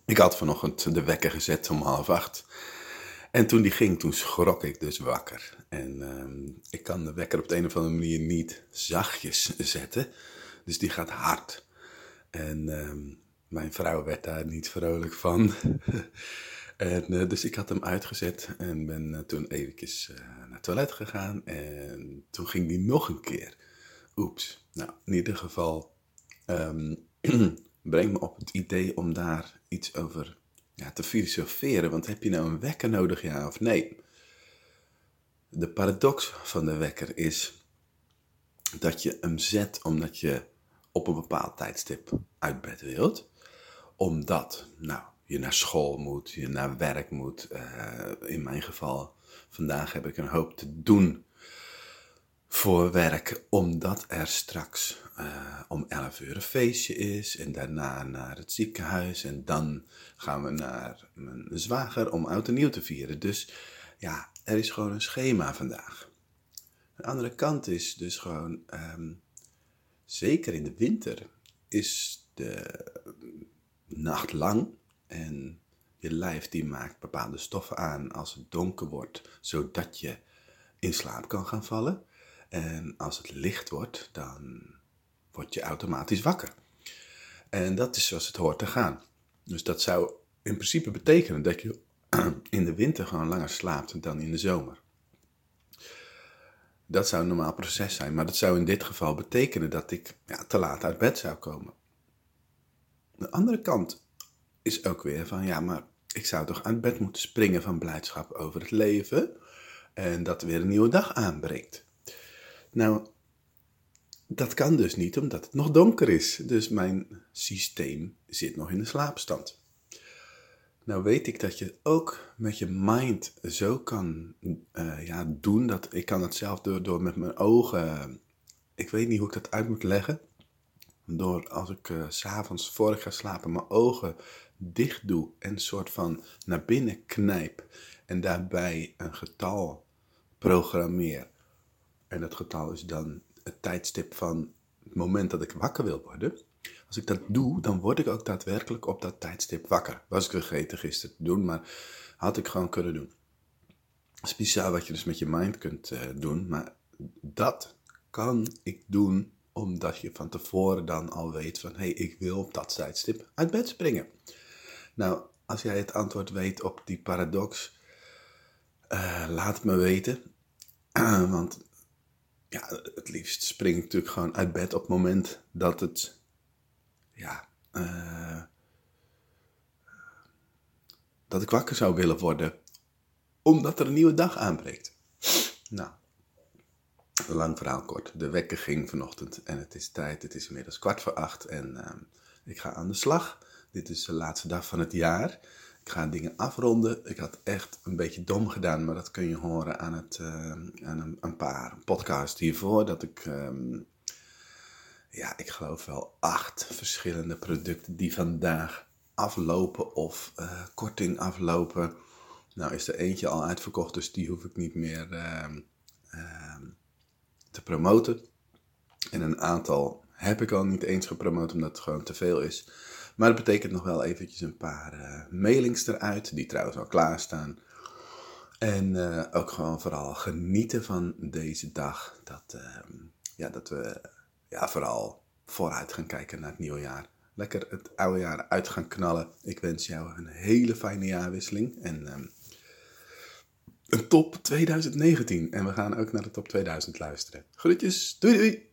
Ik had vanochtend de wekker gezet om 7:30. En toen die ging, toen schrok ik dus wakker. En ik kan de wekker op de een of andere manier niet zachtjes zetten. Dus die gaat hard. En mijn vrouw werd daar niet vrolijk van. Dus ik had hem uitgezet en ben toen eventjes naar het toilet gegaan. En toen ging die nog een keer. Oeps. Nou, in ieder geval brengt me op het idee om daar iets over te filosoferen. Want heb je nou een wekker nodig, ja of nee? De paradox van de wekker is dat je hem zet omdat je op een bepaald tijdstip uit bed wilt. Omdat je naar school moet, je naar werk moet. In mijn geval, vandaag heb ik een hoop te doen voor werk, omdat er straks om 11 uur een feestje is en daarna naar het ziekenhuis en dan gaan we naar mijn zwager om oud en nieuw te vieren. Dus ja, er is gewoon een schema vandaag. De andere kant is dus gewoon, zeker in de winter is de nacht lang en je lijf die maakt bepaalde stoffen aan als het donker wordt, zodat je in slaap kan gaan vallen. En als het licht wordt, dan word je automatisch wakker. En dat is zoals het hoort te gaan. Dus dat zou in principe betekenen dat je in de winter gewoon langer slaapt dan in de zomer. Dat zou een normaal proces zijn, maar dat zou in dit geval betekenen dat ik te laat uit bed zou komen. De andere kant is ook weer van, maar ik zou toch uit bed moeten springen van blijdschap over het leven en dat weer een nieuwe dag aanbreekt. Nou, dat kan dus niet, omdat het nog donker is. Dus mijn systeem zit nog in de slaapstand. Nou weet ik dat je ook met je mind zo kan doen. Dat ik kan het zelf door met mijn ogen. Ik weet niet hoe ik dat uit moet leggen. Door als ik 's avonds voor ik ga slapen mijn ogen dicht doe en een soort van naar binnen knijp. En daarbij een getal programmeer. En dat getal is dan het tijdstip van het moment dat ik wakker wil worden. Als ik dat doe, dan word ik ook daadwerkelijk op dat tijdstip wakker. Was ik vergeten gisteren te doen, maar had ik gewoon kunnen doen. Het is bizar wat je dus met je mind kunt doen, maar dat kan ik doen omdat je van tevoren dan al weet van, ik wil op dat tijdstip uit bed springen. Nou, als jij het antwoord weet op die paradox, laat het me weten. Want het liefst spring ik natuurlijk gewoon uit bed op het moment dat het, dat ik wakker zou willen worden, omdat er een nieuwe dag aanbreekt. Nou, lang verhaal kort. De wekker ging vanochtend en het is tijd. Het is inmiddels 7:15 en ik ga aan de slag. Dit is de laatste dag van het jaar. Ik ga dingen afronden. Ik had echt een beetje dom gedaan, maar dat kun je horen aan een paar podcasts hiervoor. Dat ik, ik geloof wel 8 verschillende producten die vandaag aflopen of korting aflopen. Nou is er eentje al uitverkocht, dus die hoef ik niet meer te promoten. En een aantal heb ik al niet eens gepromoot, omdat het gewoon te veel is. Maar dat betekent nog wel eventjes een paar mailings eruit, die trouwens al klaarstaan. En ook gewoon vooral genieten van deze dag. Dat we vooral vooruit gaan kijken naar het nieuwe jaar. Lekker het oude jaar uit gaan knallen. Ik wens jou een hele fijne jaarwisseling. En een top 2019. En we gaan ook naar de top 2000 luisteren. Groetjes, doei doei!